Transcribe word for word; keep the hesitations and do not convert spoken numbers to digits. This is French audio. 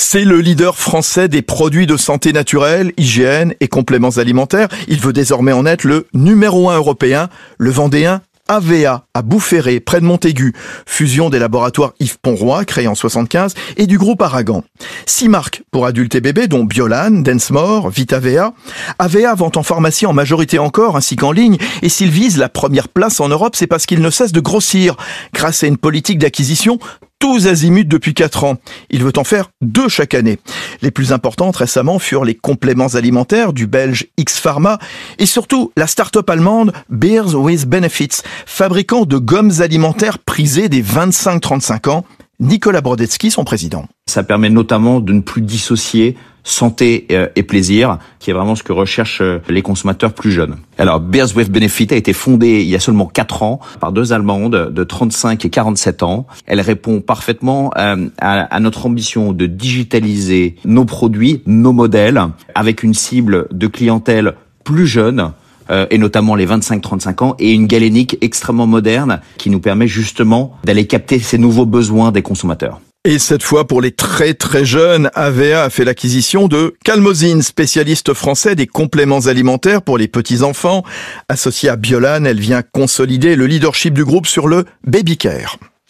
C'est le leader français des produits de santé naturelle, hygiène et compléments alimentaires. Il veut désormais en être le numéro un européen, le vendéen A V A, à Boufféré, près de Montaigu. Fusion des laboratoires Yves Ponroy, créés en soixante-quinze, et du groupe Aragan. Six marques pour adultes et bébés, dont Biolan, Densmore, VitaVea. A V A vend en pharmacie en majorité encore, ainsi qu'en ligne. Et s'il vise la première place en Europe, c'est parce qu'il ne cesse de grossir, grâce à une politique d'acquisition tous azimuts depuis quatre ans. Il veut en faire deux chaque année. Les plus importantes récemment furent les compléments alimentaires du belge X-Pharma et surtout la start-up allemande Beers with Benefits, fabricant de gommes alimentaires prisées des vingt-cinq trente-cinq ans. Nicolas Brodetsky, son président. Ça permet notamment de ne plus dissocier santé et plaisir, qui est vraiment ce que recherchent les consommateurs plus jeunes. Alors, Beers with Benefit a été fondée il y a seulement quatre ans par deux Allemandes de trente-cinq et quarante-sept ans. Elle répond parfaitement à, à notre ambition de digitaliser nos produits, nos modèles, avec une cible de clientèle plus jeune, Euh, et notamment les vingt-cinq trente-cinq ans, et une galénique extrêmement moderne qui nous permet justement d'aller capter ces nouveaux besoins des consommateurs. Et cette fois, pour les très très jeunes, A V A a fait l'acquisition de Calmosine, spécialiste français des compléments alimentaires pour les petits-enfants. Associée à Biolan, elle vient consolider le leadership du groupe sur le baby care.